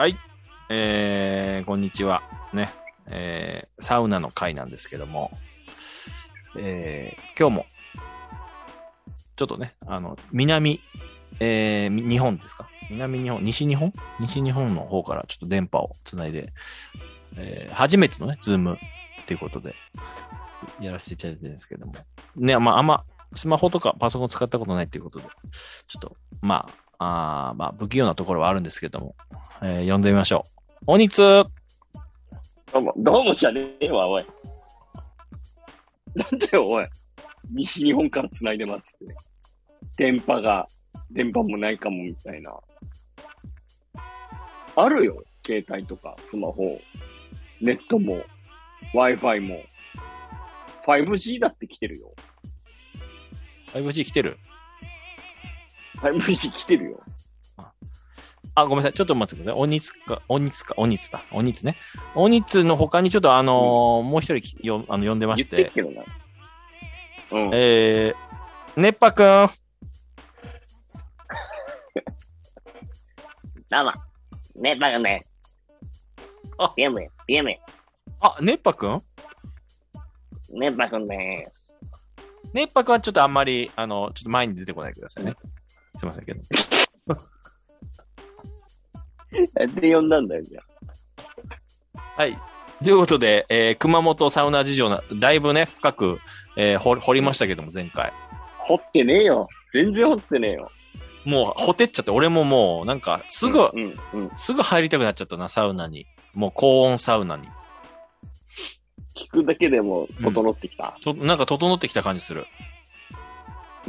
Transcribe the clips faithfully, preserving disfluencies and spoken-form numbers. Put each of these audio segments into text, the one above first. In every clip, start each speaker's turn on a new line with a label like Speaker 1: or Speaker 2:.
Speaker 1: はい、えー、こんにちは。ね、えー、サウナの会なんですけども、えー、今日も、ちょっとね、あの、南、えー、日本ですか南日本、西日本西日本の方からちょっと電波をつないで、えー、初めてのね、ズームっていうことで、やらせていただいてるんですけども。ね、まあ、あんま、スマホとかパソコン使ったことないっていうことで、ちょっと、まあ、あまあ、不器用なところはあるんですけども、えー、呼んでみましょう。おにつー
Speaker 2: どうも、どうもじゃねえわ、おい。なんだよ、おい。西日本から繋いでますって。電波が、電波もないかもみたいな。あるよ。携帯とか、スマホ、ネットも、Wi-Fi も。ファイブジー だって来てるよ。
Speaker 1: ファイブジー 来てる？
Speaker 2: ファイブジー 来てるよ。
Speaker 1: あ、ごめんなさい。ちょっと待ってください。おにつか、おにつか、おにつだ。おにつね。おにつの他にちょっとあのーうん、もう一人よあの呼んでまして。
Speaker 2: 言ってっけどな。
Speaker 1: うん。えー、ねっぱくん。
Speaker 2: どうも。ねっぱくんね。
Speaker 1: あ、
Speaker 2: ピエム、ピエム。
Speaker 1: あ、ねっぱくん
Speaker 2: ねっぱくんです。
Speaker 1: ねっぱくんはちょっとあんまり、あの、ちょっと前に出てこないでくださいね。すいませんけど。
Speaker 2: なんで呼んだんだよ、じゃ
Speaker 1: あ。はい。ということで、えー、熊本サウナ事情な、だいぶね、深く、えー、掘、掘りましたけども、前回。
Speaker 2: 掘ってねえよ。全然掘ってねえよ。
Speaker 1: もう、掘ってっちゃって、俺ももう、なんか、すぐ、
Speaker 2: うんうんうん、
Speaker 1: すぐ入りたくなっちゃったな、サウナに。もう、高温サウナに。
Speaker 2: 聞くだけでも整ってきた。
Speaker 1: うん、なんか、整ってきた感じする。
Speaker 2: うん。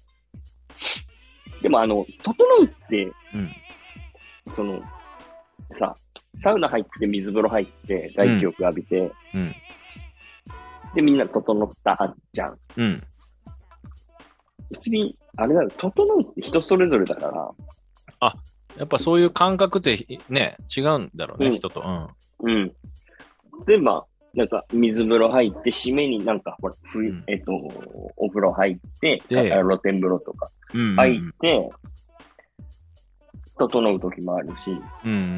Speaker 2: でも、あの、整うって、うん。その、さ、サウナ入って水風呂入って外気浴浴びて、うんうん、で、みんな整ったじゃん。うん。別に、あれだよ、整うって人それぞれだから。
Speaker 1: あ、やっぱそういう感覚ってね、違うんだろうね、うん、人と。
Speaker 2: うん。うん。例えば、なんか、水風呂入って、締めになんか、ほら、うん、えっと、お風呂入って、露天風呂とか、入って、うんうん、整う時もあるし。
Speaker 1: うんうんうん。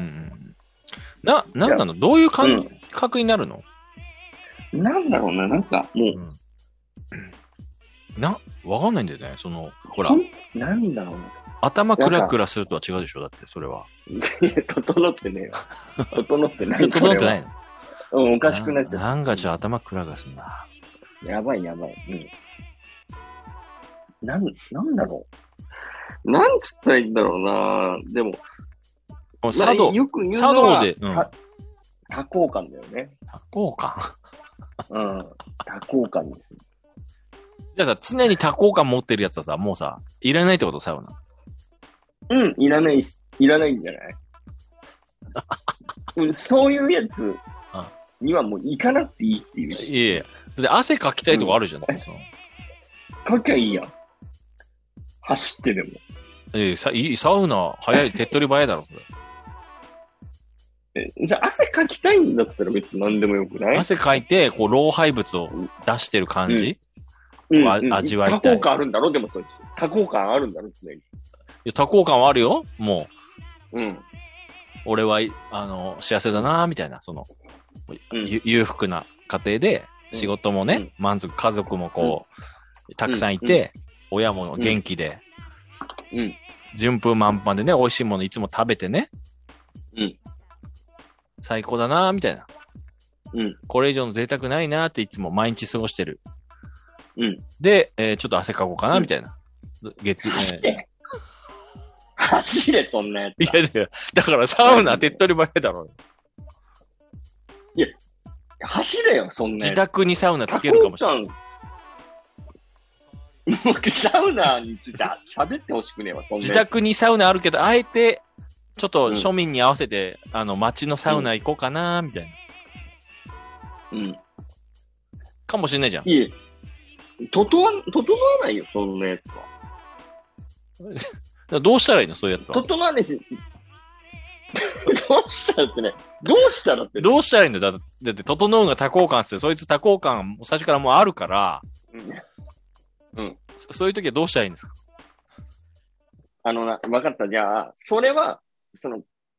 Speaker 1: な、なんなのどういう感覚になるの、
Speaker 2: うん、なんだろうな、なんか、もう、うん、
Speaker 1: な、わかんないんだよね、その、ほら。
Speaker 2: なんだろうな。
Speaker 1: 頭クラクラするとは違うでしょだって、それは。
Speaker 2: いや、整ってねえよ。整ってない。
Speaker 1: 整ってないの
Speaker 2: うん、おかしくなっちゃった。
Speaker 1: なんかちょっと頭クラクラすんな。
Speaker 2: やばいやばい。うん。なん、なんだろう。なんつったらいいんだろうな。でも、
Speaker 1: 茶道、
Speaker 2: よく言う
Speaker 1: 茶道で、
Speaker 2: うん、多幸感だよね。
Speaker 1: 多幸感
Speaker 2: うん。多幸感です。
Speaker 1: じゃあさ、常に多幸感持ってるやつはさ、もうさ、いらないってことサウナ。
Speaker 2: うん、いらないし、いらないんじゃないうん、そういうやつにはもう行かなくていいっていうし。
Speaker 1: いやいや。だって汗かきたいとこあるじゃん。うん、その
Speaker 2: かきゃいいやん。走ってでも。
Speaker 1: ええ、さ、いい、サウナ、早い、手っ取り早いだろ、そ
Speaker 2: れ。え、じゃあ汗かきたいんだったら別に何でもよくない？
Speaker 1: 汗かいて、こう、老廃物を出してる感じ、
Speaker 2: うんうん、
Speaker 1: 味わいたい。
Speaker 2: 多幸感あるんだろでもそれ。多幸感あるんだろ常に。い
Speaker 1: や、多幸感はあるよも
Speaker 2: う。うん。
Speaker 1: 俺は、あの、幸せだなみたいな、その、うん、裕福な家庭で、仕事もね、うん、満足、家族もこう、うん、たくさんいて、うん、親も元気で、うん、順風満帆でね、美味しいものいつも食べてね、うん、最高だなみたいな。うん、これ以上の贅沢ないなっていつも毎日過ごしてる。うん、で、えー、ちょっと汗かこうかなみたいな。うん、月、
Speaker 2: 走れ、走れ、そんなやつ。
Speaker 1: いやいや、だからサウナ手っ取り早いだろ。
Speaker 2: いや、走れよ、そんなやつ。
Speaker 1: 自宅にサウナつけるかもしれない。
Speaker 2: 僕、サウナについて喋ってほしくねえわ、そんな。
Speaker 1: 自宅にサウナあるけど、あえて、ちょっと庶民に合わせて、うん、あの、街のサウナ行こうかなみたいな。うん。かもしれないじゃん。
Speaker 2: いえ。整わ、整わないよ、そんなやつ
Speaker 1: は。どうしたらいいのそういうやつは。
Speaker 2: 整わないし。どうしたらってね。どうしたらって、ね。
Speaker 1: どうしたらいいんだよ。だって、だって整うが多幸感って、そいつ多幸感最初からもうあるから、うん。うん。そ, そういう時はどうしたらいいんですか？
Speaker 2: あのな、わかった。じゃあ、それは、その、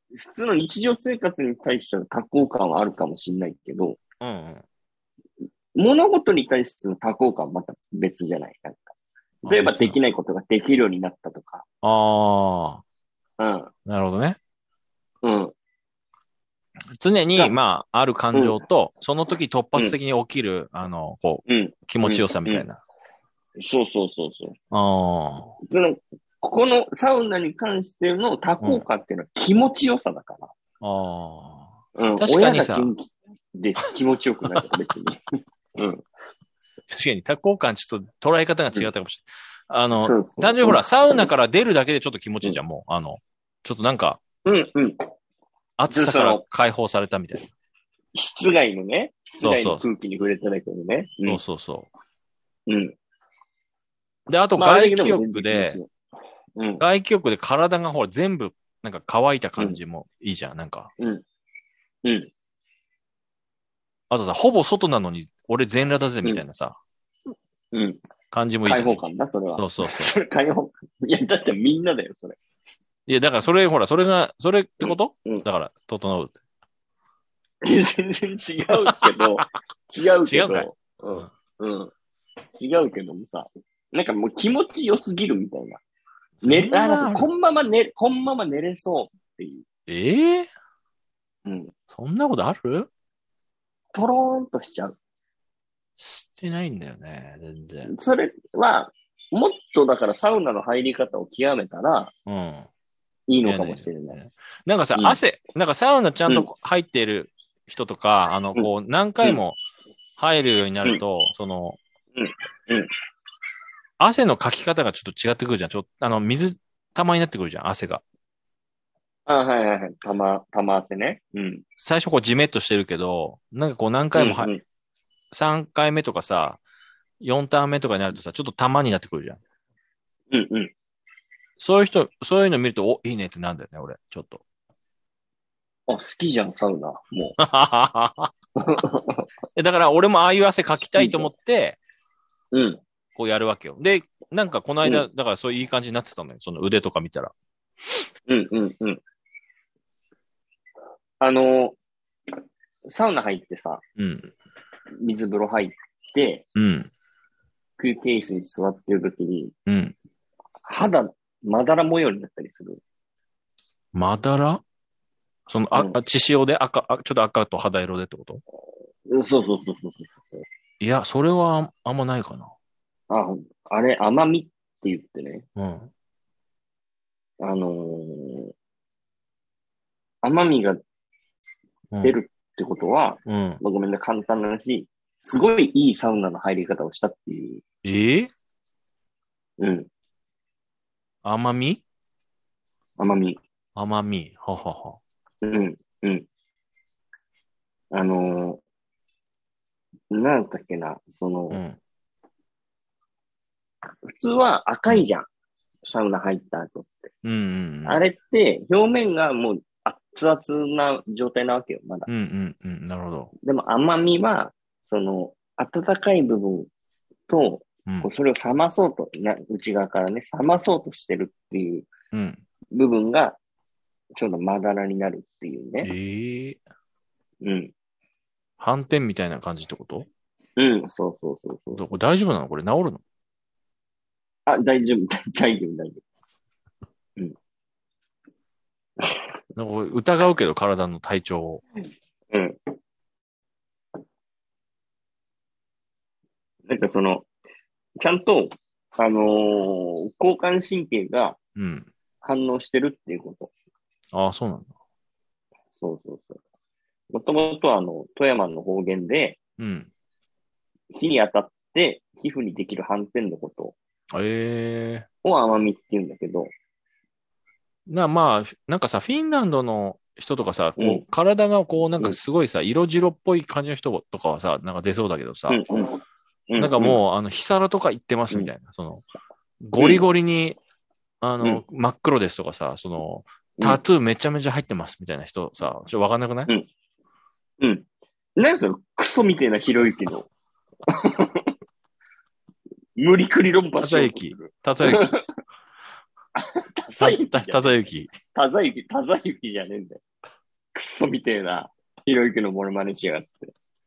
Speaker 2: 普通の日常生活に対しての多幸感はあるかもしれないけど、
Speaker 1: うんうん。
Speaker 2: 物事に対しての多幸感はまた別じゃない。なんか例えばできないことができるようになったとか。
Speaker 1: あ
Speaker 2: あ。うん。
Speaker 1: なるほどね。
Speaker 2: うん。
Speaker 1: 常に、まあ、ある感情と、うん、その時突発的に起きる、
Speaker 2: うん、
Speaker 1: あの、こう、
Speaker 2: うん、
Speaker 1: 気持ちよさみたいな。
Speaker 2: うんうん、そうそうそうそう。
Speaker 1: ああ。
Speaker 2: その、ここのサウナに関しての多幸感っていうのは気持ちよさだから。
Speaker 1: うん、ああ。
Speaker 2: うん。
Speaker 1: 確かにさ。
Speaker 2: 親が元気で気持ちよくないから別に。うん。
Speaker 1: 確かに多幸感ちょっと捉え方が違ったかもしれない。うん、あの、そうそう単純にほら、サウナから出るだけでちょっと気持ちいいじゃん、うん、もう。あの、ちょっとなんか、
Speaker 2: うんうん。
Speaker 1: 暑さから解放されたみたいな。
Speaker 2: 室外のね、室外の空気に触れただけでね。
Speaker 1: そうそうそう。
Speaker 2: うん。
Speaker 1: で、あと外気浴で、うん、外気浴で体がほら全部なんか乾いた感じもいいじゃん、うん、なんか。
Speaker 2: うん。うん。
Speaker 1: あとさ、ほぼ外なのに俺全裸だぜみたいなさ。
Speaker 2: うん。うん、
Speaker 1: 感じもいいじゃん。
Speaker 2: 開放感だ、それは。
Speaker 1: そうそうそう。
Speaker 2: それ開放感。いや、だってみんなだよ、それ。
Speaker 1: いや、だからそれ、ほら、それが、それってこと、うんうん、だから、整う。
Speaker 2: 全然違うけど、違うけど、
Speaker 1: 違うかい、
Speaker 2: うん、うん。違うけどもさ、なんかもう気持ちよすぎるみたいな。ね、あ、なんかこんまま寝、こんまま寝れそうっていう。
Speaker 1: ええー、
Speaker 2: うん。
Speaker 1: そんなことある？
Speaker 2: トローンとしちゃう。
Speaker 1: してないんだよね、全然。
Speaker 2: それは、もっとだからサウナの入り方を極めたら、
Speaker 1: うん。
Speaker 2: いいのかもしれない。
Speaker 1: ね、なんかさ、うん、汗、なんかサウナちゃんと入っている人とか、うん、あの、こう、何回も入るようになると、うん、その、
Speaker 2: うん。うん。
Speaker 1: 汗のかき方がちょっと違ってくるじゃん。ちょっと、あの、水玉になってくるじゃん、汗が。
Speaker 2: あ、はいはいはい。玉、玉汗ね。うん。
Speaker 1: 最初こう、じめっとしてるけど、なんかこう、何回もは、うんうん、さんかいめとかさ、よんターン目とかになるとさ、ちょっと玉になってくるじゃん。
Speaker 2: うんうん。
Speaker 1: そういう人、そういうの見ると、お、いいねってなんだよね、俺、ちょっと。
Speaker 2: あ、好きじゃん、サウナ。も
Speaker 1: う。だから、俺もああいう汗かきたいと思って、
Speaker 2: うん。
Speaker 1: こうやるわけよ。で、なんかこの間、うん、だからそういういい感じになってたのよ。その腕とか見たら。
Speaker 2: うんうんうん。あの、サウナ入ってさ、
Speaker 1: うん。
Speaker 2: 水風呂入って、
Speaker 1: うん。
Speaker 2: 空気椅子に座ってるときに、
Speaker 1: うん。
Speaker 2: 肌、まだら模様になったりする。
Speaker 1: まだら？その、あ、うん、血潮で赤、ちょっと赤と肌色でってこと？
Speaker 2: そうそうそうそうそう。
Speaker 1: いや、それはあんまないかな。
Speaker 2: あ、あれ、甘みって言ってね。
Speaker 1: うん。
Speaker 2: あのー、甘みが出るってことは、
Speaker 1: うん。
Speaker 2: まあ、ごめんね、簡単な話、すごいいいサウナの入り方をしたっていう。
Speaker 1: えー、
Speaker 2: うん。
Speaker 1: 甘み？
Speaker 2: 甘み。
Speaker 1: 甘み。ははは。
Speaker 2: うん、うん。あのー、なんだっけな、その、
Speaker 1: うん、
Speaker 2: 普通は赤いじゃん。うん、サウナ入った後って。
Speaker 1: うんうんうん、
Speaker 2: あれって、表面がもう熱々な状態なわけよ、まだ。
Speaker 1: うんうんうん、なるほど。
Speaker 2: でも甘みは、その、温かい部分と、うん、それを冷まそうとな、内側からね、冷まそうとしてるっていう部分が、ちょうどまだらになるっていうね。
Speaker 1: ええー。
Speaker 2: うん。
Speaker 1: 斑点みたいな感じってこと？
Speaker 2: うん、そうそうそうそう。
Speaker 1: どこ大丈夫なの？これ治るの？
Speaker 2: あ、大丈夫、大丈夫、大丈夫。うん。
Speaker 1: なんか疑うけど、体の体調を。
Speaker 2: うん。なんかその、ちゃんと、あのー、交感神経が反応してるっていうこと。
Speaker 1: うん、ああ、そうなんだ。
Speaker 2: そうそうそう。もともとあの、富山の方言で、
Speaker 1: うん。
Speaker 2: 火に当たって皮膚にできる斑点のこと
Speaker 1: ええ
Speaker 2: ー、を甘みって言うんだけど。
Speaker 1: な、まあ、なんかさ、フィンランドの人とかさ、こう、うん、体がこう、なんかすごいさ、うん、色白っぽい感じの人とかはさ、なんか出そうだけどさ、
Speaker 2: うんうんうん、
Speaker 1: なんかもう、あの、ヒサラとか行ってますみたいな、うん、その、ゴリゴリに、あの、真っ黒ですとかさ、その、タトゥーめちゃめちゃ入ってますみたいな人さ、ちょっとわかんなくない？
Speaker 2: うん。うん。何そのクソみたいなひろゆきの。無理くり論破しようとする。
Speaker 1: たさゆき。
Speaker 2: 田沢ゆき。
Speaker 1: 田沢ゆき。
Speaker 2: 田沢ゆき、田沢ゆきじゃねえんだよ。くっそみてえな、ひろゆきのモノマネしやがって。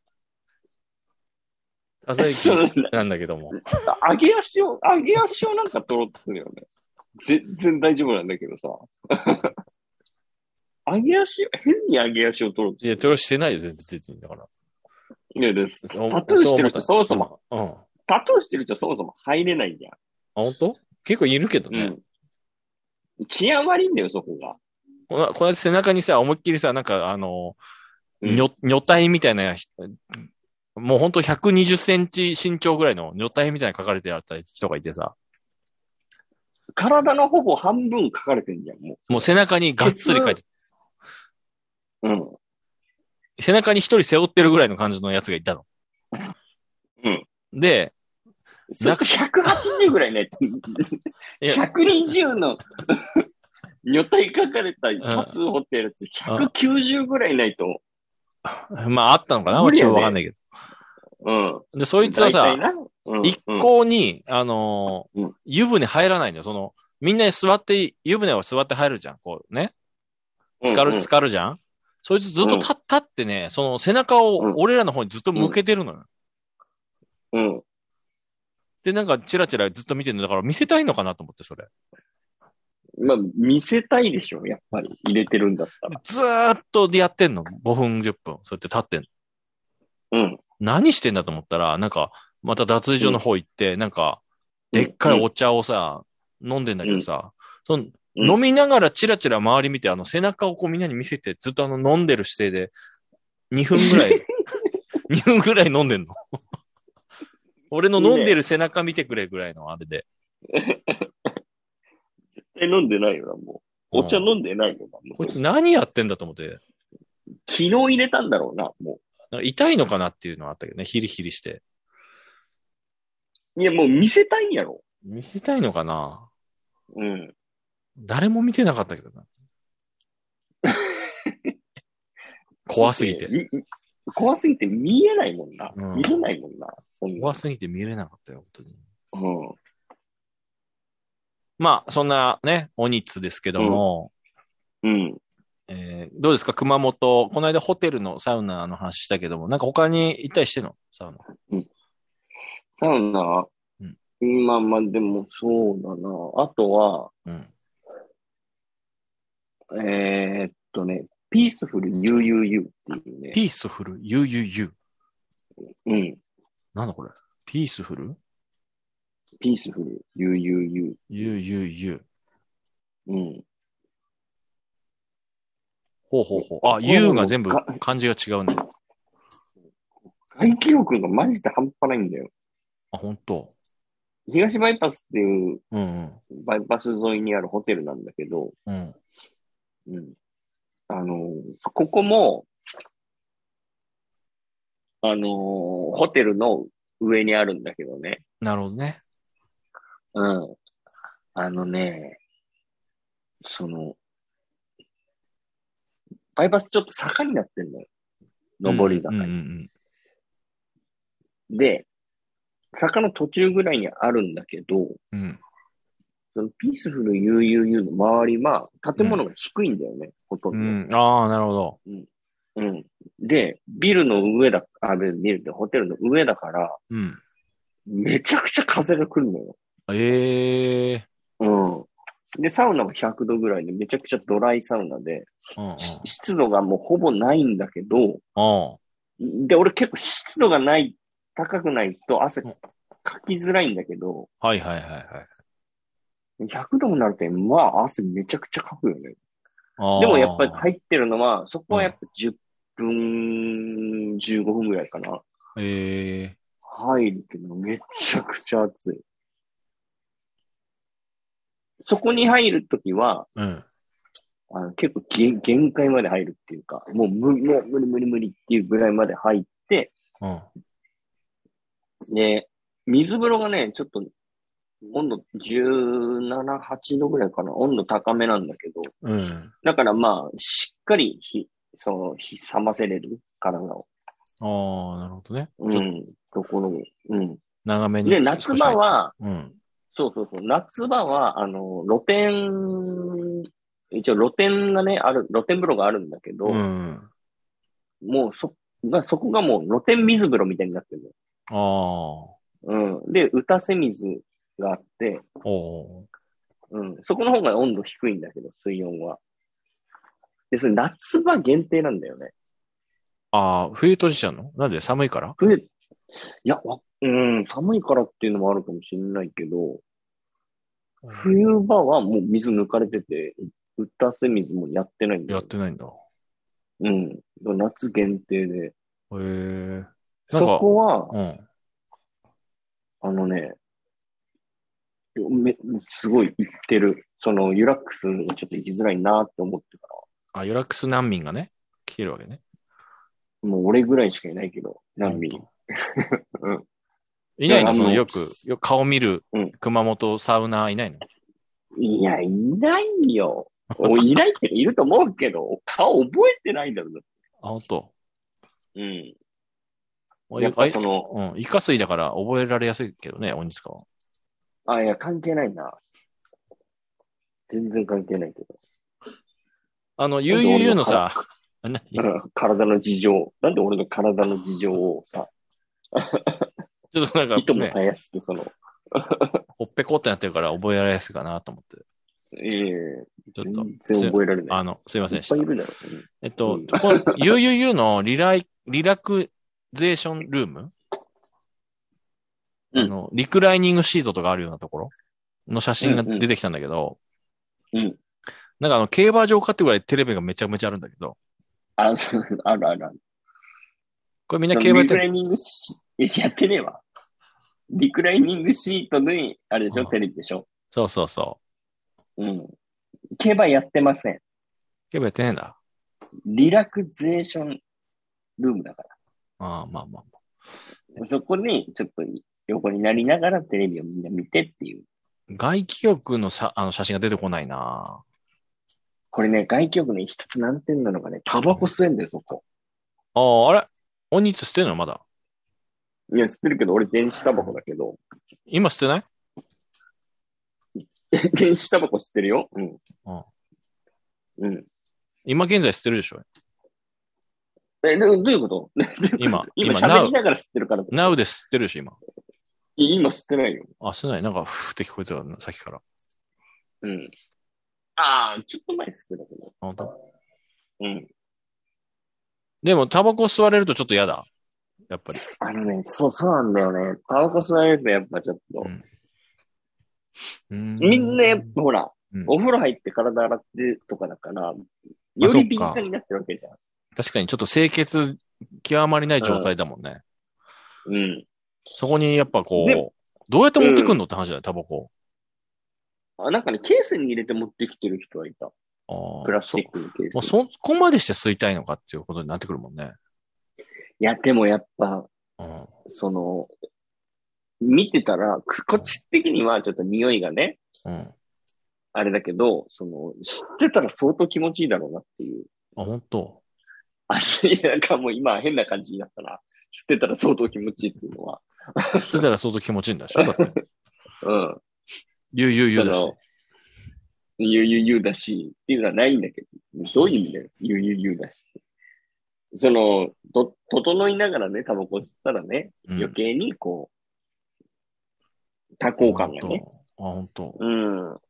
Speaker 1: 田沢ゆきなんだけども。
Speaker 2: 上げ足を、上げ足をなんか取ろうとするよね。全然大丈夫なんだけどさ。上げ足を、変に上げ足を取ろうとする。
Speaker 1: いや、取ろうしてないよ、別に。だから。
Speaker 2: いやです。タトゥーしてるとそもそも、うん、タトゥーしてるとそもそも入れないじゃん。あ、
Speaker 1: 本当？結構いるけどね。
Speaker 2: うん。治安悪いんだよ、そこが。
Speaker 1: この、この背中にさ、思いっきりさ、なんかあの、女、女体みたいな、もうほんとひゃくにじゅっセンチ身長ぐらいの女体みたいな書かれてあった人がいてさ。
Speaker 2: 体のほぼ半分書かれてんじゃん、もう。
Speaker 1: もう背中にがっつり書いて。
Speaker 2: うん。背
Speaker 1: 中に一人背負ってるぐらいの感じのやつがいたの。
Speaker 2: うん。
Speaker 1: で、
Speaker 2: ひゃくはちじゅうぐらいね。ひゃくにじゅうの女体書かれたタトゥー彫ってるやつ、ひゃくきゅうじゅうぐらいないと。
Speaker 1: まあ、あったのかな、ね、ちょっとわかんないけど。
Speaker 2: うん。
Speaker 1: で、そいつはさ、うん、一向に、あのーうん、湯船入らないんだよ。その、みんな座って、湯船は座って入るじゃん。こうね。浸かる、浸かるじゃん。そいつずっと立ってね、その背中を俺らの方にずっと向けてるのよ。
Speaker 2: うん。
Speaker 1: で、なんかチラチラずっと見てるのだから見せたいのかなと思って、それ。
Speaker 2: まあ、見せたいでしょ、やっぱり。入れてるんだったら。
Speaker 1: ずーっとでやってんの。ごふん、じゅっぷん。そうやって立ってん
Speaker 2: の。うん。
Speaker 1: 何してんだと思ったら、なんか、また脱衣所の方行って、うん、なんか、でっかいお茶をさ、うん、飲んでんだけどさ、うん、その、うん、飲みながらチラチラ周り見て、あの、背中をこうみんなに見せて、ずっとあの、飲んでる姿勢で、にふんぐらい、にふんぐらい飲んでんの。俺の飲んでる背中見てくれぐらいのあれで。
Speaker 2: 絶対飲んでないよな、もう。お茶飲んでないよな、
Speaker 1: もう。こいつ何やってんだと思って。
Speaker 2: 昨日入れたんだろうな、もう。
Speaker 1: なんか痛いのかなっていうのはあったけどね、ヒリヒリして。
Speaker 2: いや、もう見せたいんやろ。
Speaker 1: 見せたいのかな？
Speaker 2: うん。
Speaker 1: 誰も見てなかったけどな。怖すぎて。
Speaker 2: 怖すぎて見えないもんな。うん、見れないもんな。
Speaker 1: そんな怖すぎて見れなかったよ、本
Speaker 2: 当に。うん。
Speaker 1: まあ、そんなね、おにつですけども。
Speaker 2: うん。うん、
Speaker 1: えー、どうですか、熊本。この間ホテルのサウナの話したけども、なんか他に行ったりしてんの？サウナ。
Speaker 2: うん。サウナ、うん、まあまあ、でもそうだな。あとは、うん、えー、っとね、ピースフル ユーユーユー っていうね。
Speaker 1: ピースフル ユーユーユ
Speaker 2: ー。うん。
Speaker 1: なんだこれ？ピースフル？
Speaker 2: ピースフル ユーユーユー。
Speaker 1: ユーユーユ
Speaker 2: ー。うん。
Speaker 1: ほうほうほう。あ、U が全部漢字が違うね。
Speaker 2: 外気力がマジで半端ないんだよ。
Speaker 1: あ、本当。
Speaker 2: 東バイパスっていう、うんうん、バイパス沿いにあるホテルなんだけど、うん。うん。あの、ここも、あのー、ホテルの上にあるんだけどね。
Speaker 1: なるほどね。
Speaker 2: うん。あのね、その、バイパスちょっと坂になってんのよ。上り坂に。うんうんうん、で、坂の途中ぐらいにあるんだけど、うん、そのピースフル ユーユーユー の周りは建物が低いんだよね、うん、ほとんど。うん、
Speaker 1: ああ、なるほど。
Speaker 2: うん。うん。で、ビルの上だ、あ、ビルってホテルの上だから、うん、めちゃくちゃ風が来るのよ。
Speaker 1: ええ
Speaker 2: ー。うん。で、サウナはひゃくどぐらいでめちゃくちゃドライサウナで、うんうん、湿度がもうほぼないんだけど、うん、で、俺結構湿度がない、高くないと汗かきづらいんだけど、
Speaker 1: はいはいはいはい。
Speaker 2: ひゃくどになると、まあ汗めちゃくちゃかくよね。でもやっぱり入ってるのは、そこはやっぱじゅっぷん、じゅうごふんぐらいかな。
Speaker 1: へえー。
Speaker 2: 入るけどめちゃくちゃ暑い。そこに入るときは、うん、あの結構限限界まで入るっていうか、もう無もう無理無理無理っていうぐらいまで入って、うん、で、水風呂がね、ちょっと温度じゅうなな、はちどぐらいかな。温度高めなんだけど、うん、だからまあ、しっかり火、その火冷ませれる体を。
Speaker 1: ああ、なるほどね。
Speaker 2: うん、ところ、うん。
Speaker 1: 長めに。
Speaker 2: で、夏場は、
Speaker 1: うん。
Speaker 2: そうそうそう。夏場は、あの、露天、一応露天がね、ある、露天風呂があるんだけど、
Speaker 1: うん。
Speaker 2: もうそ、まあ、そこがもう露天水風呂みたいになってる
Speaker 1: ああ。
Speaker 2: の。うん。で、打たせ水があって、
Speaker 1: おー。
Speaker 2: うん。そこの方が温度低いんだけど、水温は。で、それ夏場限定なんだよね。
Speaker 1: ああ、冬閉じちゃうの？なんで寒いから？
Speaker 2: 冬、いや、わうん、寒いからっていうのもあるかもしれないけど、冬場はもう水抜かれてて、打たせ水もやってないんだ
Speaker 1: や
Speaker 2: よ。
Speaker 1: ってないんだ。
Speaker 2: うん。夏限定で。
Speaker 1: へえ。なん
Speaker 2: そ
Speaker 1: か、
Speaker 2: こは、
Speaker 1: うん。
Speaker 2: あのね、め、すごい行ってる。その、ユラックスがちょっと行きづらいなって思ってか
Speaker 1: あ、ユラックス難民がね、来てるわけね。
Speaker 2: ら。もう俺ぐらいしかいないけど、難民。
Speaker 1: ほんと
Speaker 2: うん。
Speaker 1: いないの？その、
Speaker 2: あの、
Speaker 1: よく、よく顔見る
Speaker 2: うん。
Speaker 1: 熊本サウナーいないの？
Speaker 2: いや、いないよ。おいないっていると思うけど、顔覚えてないんだろうな。
Speaker 1: あ、ほんと。
Speaker 2: うん。
Speaker 1: お
Speaker 2: やっぱその、
Speaker 1: うん。イカ水だから覚えられやすいけどね、鬼塚は。
Speaker 2: あ、いや、関係ないな。全然関係ないけど。
Speaker 1: あの、
Speaker 2: なんで俺
Speaker 1: ユーユーユー
Speaker 2: のから
Speaker 1: のさ、あ何ち
Speaker 2: うん体の事情。なんで俺の体の事情をさ、
Speaker 1: ょっとなん
Speaker 2: いとも
Speaker 1: かね、
Speaker 2: たやすくその、
Speaker 1: ほっぺこってなってるから覚えられやすいかなと思って。
Speaker 2: ええ
Speaker 1: ちょっと、
Speaker 2: 全然覚えられない。
Speaker 1: あの、すいません
Speaker 2: い
Speaker 1: でした。
Speaker 2: っぱいいるだろ。
Speaker 1: えっと、
Speaker 2: うん。
Speaker 1: この ユーユーユー のリライ、リラクゼーションルーム、
Speaker 2: うん。
Speaker 1: あの、リクライニングシートとかあるようなところの写真が
Speaker 2: うん。
Speaker 1: 出てきたんだけど、
Speaker 2: うん。
Speaker 1: なんかあの、競馬場かってぐらいテレビがめちゃめちゃあるんだけど、
Speaker 2: あ、そう、あるあるある。
Speaker 1: これみんな
Speaker 2: その
Speaker 1: 競馬やってんの？
Speaker 2: リクライニングシート、やってねえわ。リクライニングシートで、あれでしょ、テレビでしょ。
Speaker 1: そうそうそ
Speaker 2: うん。競馬やってません。
Speaker 1: う。競馬やってねえんだ。
Speaker 2: リラクゼーションルームだか
Speaker 1: ああ、まあまあま
Speaker 2: ら。そこに、ちょっと横になりながらテレビをみんな見てっていう。
Speaker 1: あ。外気浴のさ、あの写真が出てこないな。
Speaker 2: これね、外気浴ね、一つ難点なのがね、タバコ吸えんだよ、そこ。
Speaker 1: ああ、あれおにつ捨てんのまだ？
Speaker 2: いや、吸ってるけど、俺電子タバコだけど。
Speaker 1: 今捨てない？
Speaker 2: 電子タバコ吸ってるよ。うん。
Speaker 1: うん。
Speaker 2: うん。
Speaker 1: 今現在捨てるでしょ？
Speaker 2: え、どどういうこと
Speaker 1: 今、
Speaker 2: 今
Speaker 1: 今、
Speaker 2: 喋りながら吸ってるからってこと。
Speaker 1: Now で吸ってるでしょ、今。
Speaker 2: い今吸ってないよ。
Speaker 1: あ、吸ってない。なんか、ふーって聞こえてたな、さっきから。
Speaker 2: うん。ああ、ちょっと前吸ってたけど。
Speaker 1: あ本当？
Speaker 2: うん。
Speaker 1: でも、タバコ吸われるとちょっと嫌だ。やっぱり。
Speaker 2: あのね、そう、そうなんだよね。タバコ吸われるとやっぱちょっと。
Speaker 1: うん。うーん
Speaker 2: みんなやっぱほら、
Speaker 1: うん、
Speaker 2: お風呂入って体洗ってとかだから、
Speaker 1: まあ
Speaker 2: より敏
Speaker 1: そっか
Speaker 2: 感になってるわけじゃん。
Speaker 1: 確かにちょっと清潔極まりない状態だもんね。
Speaker 2: うん。
Speaker 1: そこにやっぱこ
Speaker 2: で
Speaker 1: う、どうやって持ってくんのって話だよ、タバコ。
Speaker 2: あ、なんかね、ケースに入れて持ってきてる人はいた。
Speaker 1: あ
Speaker 2: プラスチッ
Speaker 1: そ
Speaker 2: クのケース。
Speaker 1: もうそこまでして吸いたいのかっていうことになってくるもんね。
Speaker 2: いや、でもやっぱ、
Speaker 1: うん。
Speaker 2: その、見てたら、くこっち的にはちょっと匂いがね、
Speaker 1: うん。
Speaker 2: あれだけど、その、知ってたら相当気持ちいいだろうなっていう。
Speaker 1: あ、本当。
Speaker 2: あ、いやなんかもう今変な感じになったな。知ってたら相当気持ちいいっていうのは。
Speaker 1: 吸ってたら相当気持ちいいんだでしょだって。
Speaker 2: うん。
Speaker 1: ゆうゆうゆうだし。
Speaker 2: ゆうゆうゆうだし、っていうのはないんだけど、どういう意味だよ、ゆうゆうゆうだしって。その、と、整いながらね、タバコ吸ったらね、
Speaker 1: うん、
Speaker 2: 余計にこう、多幸感がね。
Speaker 1: あ、本当。
Speaker 2: うん、うん。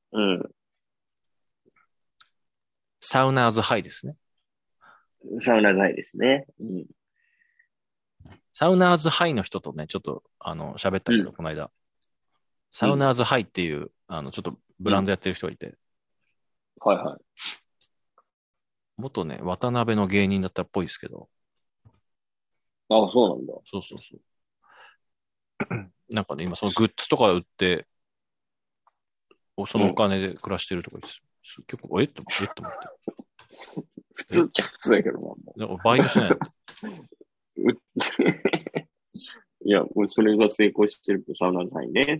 Speaker 1: サウナーズハイですね。
Speaker 2: サウナ外ですね。うん。
Speaker 1: サウナーズハイの人とね、ちょっと、あの、喋ったけど、
Speaker 2: うん、
Speaker 1: この間。サウナーズハイっていう、あの、ちょっとブランドやってる人がいて。
Speaker 2: はいはい。
Speaker 1: 元ね、渡辺の芸人だったっぽいですけど。
Speaker 2: ああ、そうなんだ。
Speaker 1: そうそうそう。なんかね、今そのグッズとか売って、そのお金で暮らしてるとかです。うん、結構、えっと、えっと思って。
Speaker 2: 普通っちゃ普通だけどな、もう。
Speaker 1: だからバイトしないの
Speaker 2: いや、もうそれが成功してるサウナザイね。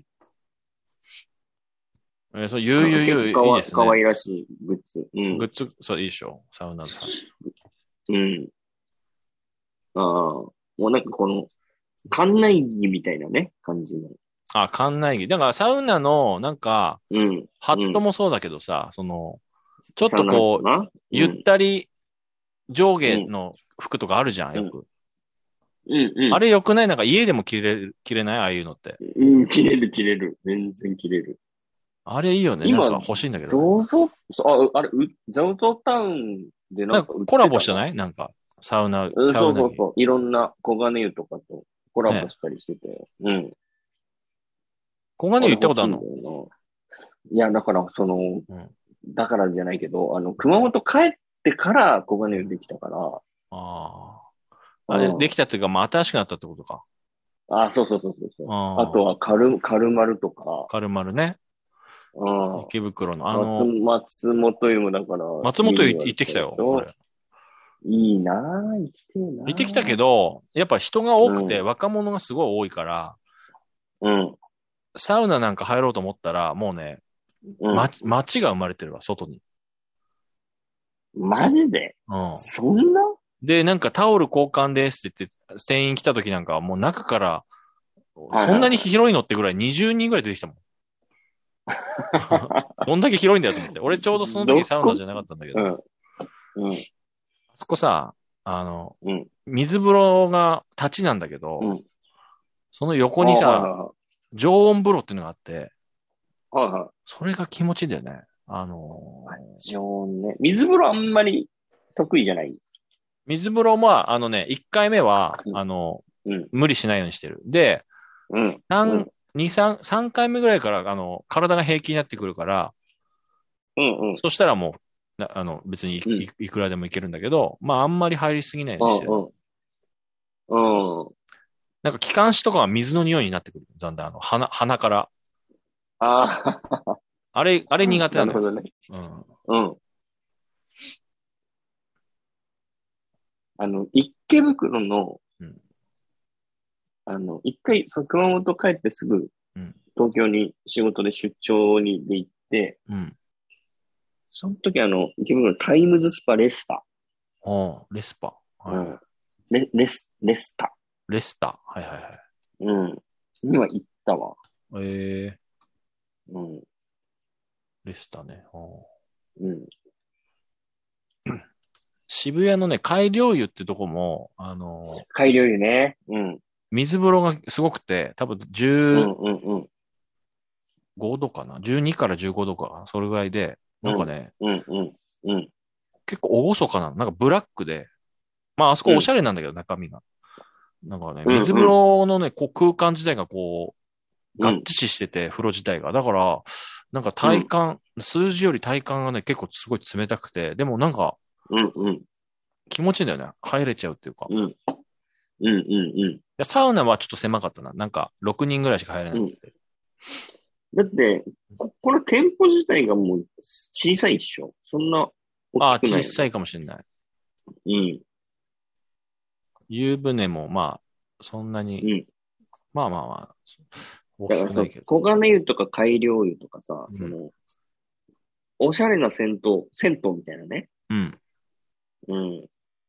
Speaker 1: えー、そう、ゆうゆうゆういいですね。
Speaker 2: かわいらしいグッズ。うん。
Speaker 1: グッズ、そう、いいでしょ。サウナさ
Speaker 2: ん。うん。ああ、もうなんかこの、館内着みたいなね、感じの。
Speaker 1: あ、館内着。だからサウナの、なんか、
Speaker 2: うん。
Speaker 1: ハットもそうだけどさ、その、ちょっとこう、
Speaker 2: う、うん、
Speaker 1: ゆったり上下の服とかあるじゃん、よく。
Speaker 2: うんうん。
Speaker 1: あれ良くない？なんか家でも着れる、着れないああいうのって。
Speaker 2: うん、着れる着れる。全然着れる。
Speaker 1: あれいいよね。なんか欲しいんだけど、ね。
Speaker 2: ゾゾ、あ、あれ、ザウトタウンでなんか売ってたの
Speaker 1: コラボしてないなんか、サウナ、
Speaker 2: うん、
Speaker 1: サウナ
Speaker 2: そうそうそう。いろんな黄金湯とかとコラボしたりしてて。ね、うん。
Speaker 1: 黄金湯行ったことあるの？
Speaker 2: いや、だから、その、うん、だからじゃないけど、あの、熊本帰ってから黄金湯できたから。あ
Speaker 1: あ。あれ、できたっていうか、まあ、新しくなったってことか。
Speaker 2: ああ、そうそうそうそう。あ, あとは、カル、カルマルとか。
Speaker 1: カルマルね。
Speaker 2: ああ。
Speaker 1: 池袋の、あの、
Speaker 2: 松、松本湯もだから。
Speaker 1: 松本湯行ってきたよ、俺。
Speaker 2: いいなぁ、行きてえなぁ。
Speaker 1: 行ってきたけど、やっぱ人が多くて、若者がすごい多いから、
Speaker 2: うん。
Speaker 1: サウナなんか入ろうと思ったら、もうね、うん、ま、街が生まれてるわ、外に。
Speaker 2: マジで？
Speaker 1: うん。
Speaker 2: そんな？
Speaker 1: で、なんかタオル交換ですって言って、店員来た時なんかはもう中から、そんなに広いのってぐらいにじゅうにんぐらい出てきたもん。どんだけ広いんだよと思って。俺ちょうどその時サウナじゃなかったんだけど。
Speaker 2: うん。うん。あ
Speaker 1: そこさ、あの、
Speaker 2: うん、
Speaker 1: 水風呂が立ちなんだけど、うん、その横にさ、はいはいはい、常温風呂っていうのがあって、
Speaker 2: はいはい、
Speaker 1: それが気持ちいいんだよね。あの
Speaker 2: ー、常温ね。水風呂あんまり得意じゃない？
Speaker 1: 水風呂も、あのね、いっかいめは、うん、あの、うん、無理しないようにしてる。で、うん、三、二、三、三回目ぐらいから、あの、体が平気になってくるから、うんうん。そしたらもう、あの、別にい、うん、いくらでもいけるんだけど、まあ、あんまり入りすぎないようにしてる。うん。うん。なんか、気管支とかが水の匂いになってくる。だんだん、あの、鼻、鼻から。ああ。あれ、あれ苦手なのよ。なるほどね。うん。うん。あの、池袋の、うん、あの、一回、その熊本帰ってすぐ、東京に仕事で出張にで行って、うん、その時あの、池袋のタイムズスパレスタ。 ああ、レスパ。
Speaker 2: はい、うん。レ、レス、レスタ。
Speaker 1: レスタ。はいはいはい。
Speaker 2: うん。には行ったわ。
Speaker 1: ええ
Speaker 2: ー。うん。
Speaker 1: レスタね。
Speaker 2: うん。
Speaker 1: 渋谷のね、海陵湯ってとこも、あのー、
Speaker 2: 海陵湯ね。うん。
Speaker 1: 水風呂がすごくて、多分じゅうごどかな、うんうんうん、じゅうにからじゅうごどか、それぐらいで、なんかね、
Speaker 2: うんうんうん、
Speaker 1: 結構厳かなの。なんかブラックで、まああそこおしゃれなんだけど、うん、中身が。なんかね、水風呂のね、こう空間自体がこう、合致してて、うん、風呂自体が。だから、なんか体感、うん、数字より体感がね、結構すごい冷たくて、でもなんか、うんうん。気持ちいいんだよね。入れちゃうっていうか。うん。うんうんうん。サウナはちょっと狭かったな。なんか、ろくにんぐらいしか入れない、うん。
Speaker 2: だって、この店舗自体がもう小さいっしょ？そんな大きくない？ああ、
Speaker 1: 小さいかもしれない。
Speaker 2: うん。
Speaker 1: 湯船も、まあ、そんなに。うん。まあまあまあ。
Speaker 2: 大きくないけど。黄金湯とか改良湯とかさ、うん、その、おしゃれな銭湯、銭湯みたいなね。うん。うん。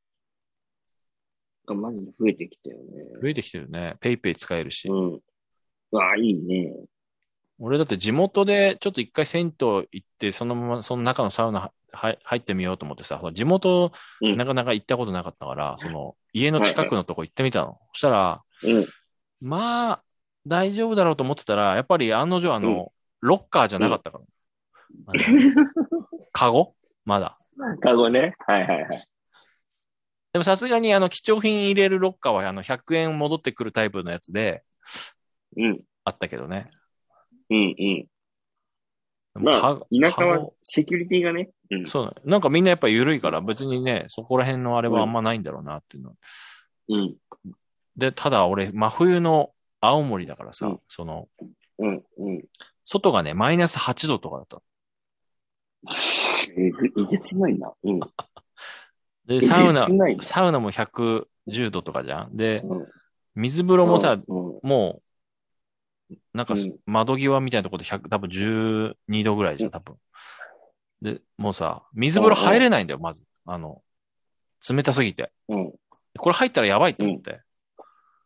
Speaker 2: がマジで増えてきたよね。
Speaker 1: 増えてきてるね。ペイペイ使えるし。うん。
Speaker 2: わあ、いいね。
Speaker 1: 俺だって地元でちょっと一回銭湯行って、そのまま、その中のサウナは入ってみようと思ってさ、地元、なかなか行ったことなかったから、うん、その、家の近くのとこ行ってみたの。はいはい、そしたら、うん、まあ、大丈夫だろうと思ってたら、やっぱり案の定あの、うん、ロッカーじゃなかったから。うん、カゴまだ。
Speaker 2: カゴね。はいはいはい。
Speaker 1: でもさすがにあの、貴重品入れるロッカーはあの、ひゃくえん戻ってくるタイプのやつで、うん。あったけどね。
Speaker 2: うんうん。まあ、田舎はセキュリティがね。
Speaker 1: うん、そうだ。なんかみんなやっぱ緩いから、別にね、そこら辺のあれはあんまないんだろうなっていうの。うん。で、ただ俺、真冬の青森だからさ、うん、その、うんうん。外がね、マイナスはちどとかだった。
Speaker 2: えぐ、えげつないな。うん。
Speaker 1: で、サウナ、サウナもひゃくじゅうどとかじゃん。で、うん、水風呂もさ、うんうん、もう、なんか窓際みたいなところでひゃく、多分じゅうにどぐらいじゃん、多分。で、もうさ、水風呂入れないんだよ、まず。あの、冷たすぎて。うん、これ入ったらやばいと思って。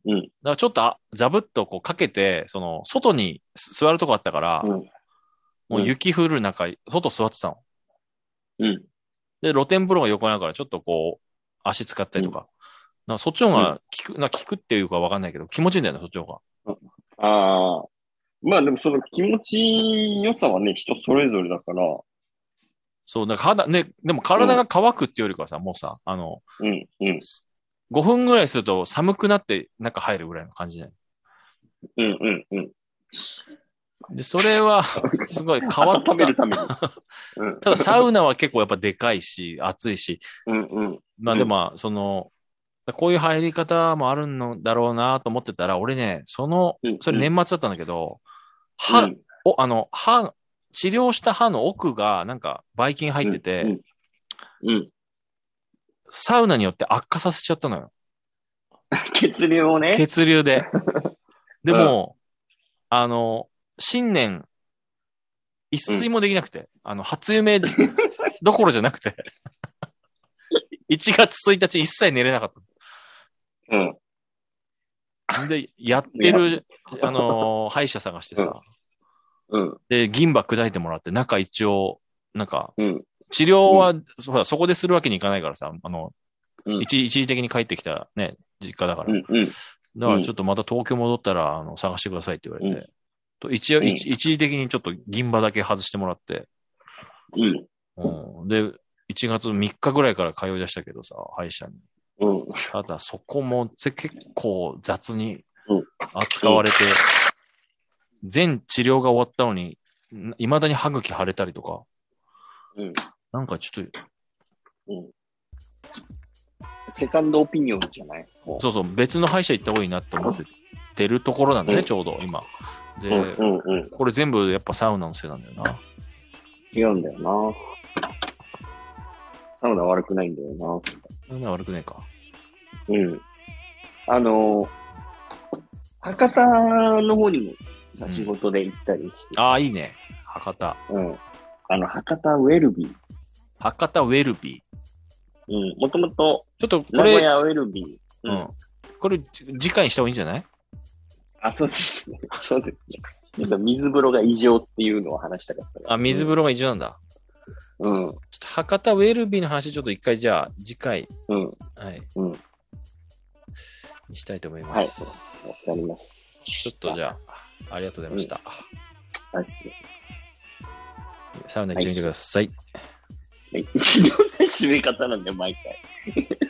Speaker 2: うん。
Speaker 1: だからちょっとあザブッとこうかけて、その、外に座るとこあったから、うん、もう雪降る中、外座ってたの。
Speaker 2: うん。
Speaker 1: で、露天風呂が横だから、ちょっとこう、足使ったりとか。うん、なんかそっちの方が効く、うん、な効くっていうかわかんないけど、気持ちいいんだよね、そっちの方
Speaker 2: が。ああ。まあでもその気持ち良さはね、人それぞれだから。
Speaker 1: そう、だから肌、ね、でも体が乾くっていうよりかはさ、うん、もうさ、あの、
Speaker 2: うん、うん。
Speaker 1: ごふんぐらいすると寒くなって中入るぐらいの感じだよ。
Speaker 2: うん、うん、うん。
Speaker 1: で、それは、すごい変わった。
Speaker 2: 温めるために。
Speaker 1: うん、ただサウナは結構やっぱでかいし、暑いし。
Speaker 2: うん、うん。
Speaker 1: まあでも、その、こういう入り方もあるのだろうなと思ってたら、俺ね、その、それ年末だったんだけど、歯、うん、お、あの、歯、治療した歯の奥がなんか、ばい菌入ってて、
Speaker 2: うんうんうん、
Speaker 1: サウナによって悪化させちゃったのよ。
Speaker 2: 血流をね。
Speaker 1: 血流で。でも、うん、あの、新年、一睡もできなくて、うん、あの、初夢どころじゃなくて、いちがつついたち一切寝れなかった。うん。で、やってる、あのー、歯医者探してさ、
Speaker 2: うん。
Speaker 1: で、銀歯砕いてもらって、中一応、なんか、
Speaker 2: うん、
Speaker 1: 治療は、うん、そ, そこでするわけにいかないからさ、あの、
Speaker 2: うん、
Speaker 1: 一, 一時的に帰ってきたね、実家だから。
Speaker 2: うんうん、
Speaker 1: だからちょっとまた東京戻ったら、あの、探してくださいって言われて、うん、と一応、うん、一時的にちょっと銀歯だけ外してもらって、
Speaker 2: うん
Speaker 1: うん、で、いちがつみっかぐらいから通い出したけどさ、歯医者に。
Speaker 2: うん、
Speaker 1: ただそこも結構雑に扱われて、うん、全治療が終わったのに、未だに歯茎腫れたりとか、
Speaker 2: うん、
Speaker 1: なんかちょっと、
Speaker 2: うん、セカンドオピニオンじゃない？
Speaker 1: そうそう、別の歯医者行った方がいいなって思っててるところなんだね、うん、ちょうど今。で、
Speaker 2: うんうんうん、
Speaker 1: これ全部やっぱサウナのせいなんだよな。
Speaker 2: 違うんだよな。サウナ悪くないんだよな。
Speaker 1: サウナ悪くねえか。
Speaker 2: うん。あの、博多の方にもさ、うん、仕事で行ったりして。
Speaker 1: ああ、いいね。博多。
Speaker 2: うん。あの、博多ウェルビー。
Speaker 1: 博多ウェルビ
Speaker 2: ー。うん。もともと、
Speaker 1: ちょっとこれ、
Speaker 2: 名古屋ウェルビー。
Speaker 1: うん。うん、これ、次回にした方がいいんじゃない？
Speaker 2: あ、そうですね。そうですね。なんか水風呂が異常っていうのを話したかったから。
Speaker 1: あ、水風呂が異常なんだ。
Speaker 2: うん。
Speaker 1: ちょっと博多ウェルビーの話ちょっと一回じゃあ次回。
Speaker 2: うん。
Speaker 1: はい。
Speaker 2: うん。
Speaker 1: にしたいと思います。
Speaker 2: はい。わかります。
Speaker 1: ちょっとじゃあ、ありがとうございました。
Speaker 2: うん、はい。
Speaker 1: サウナ行ってみてください。
Speaker 2: はい。いろんな締め方なんだよ、毎回。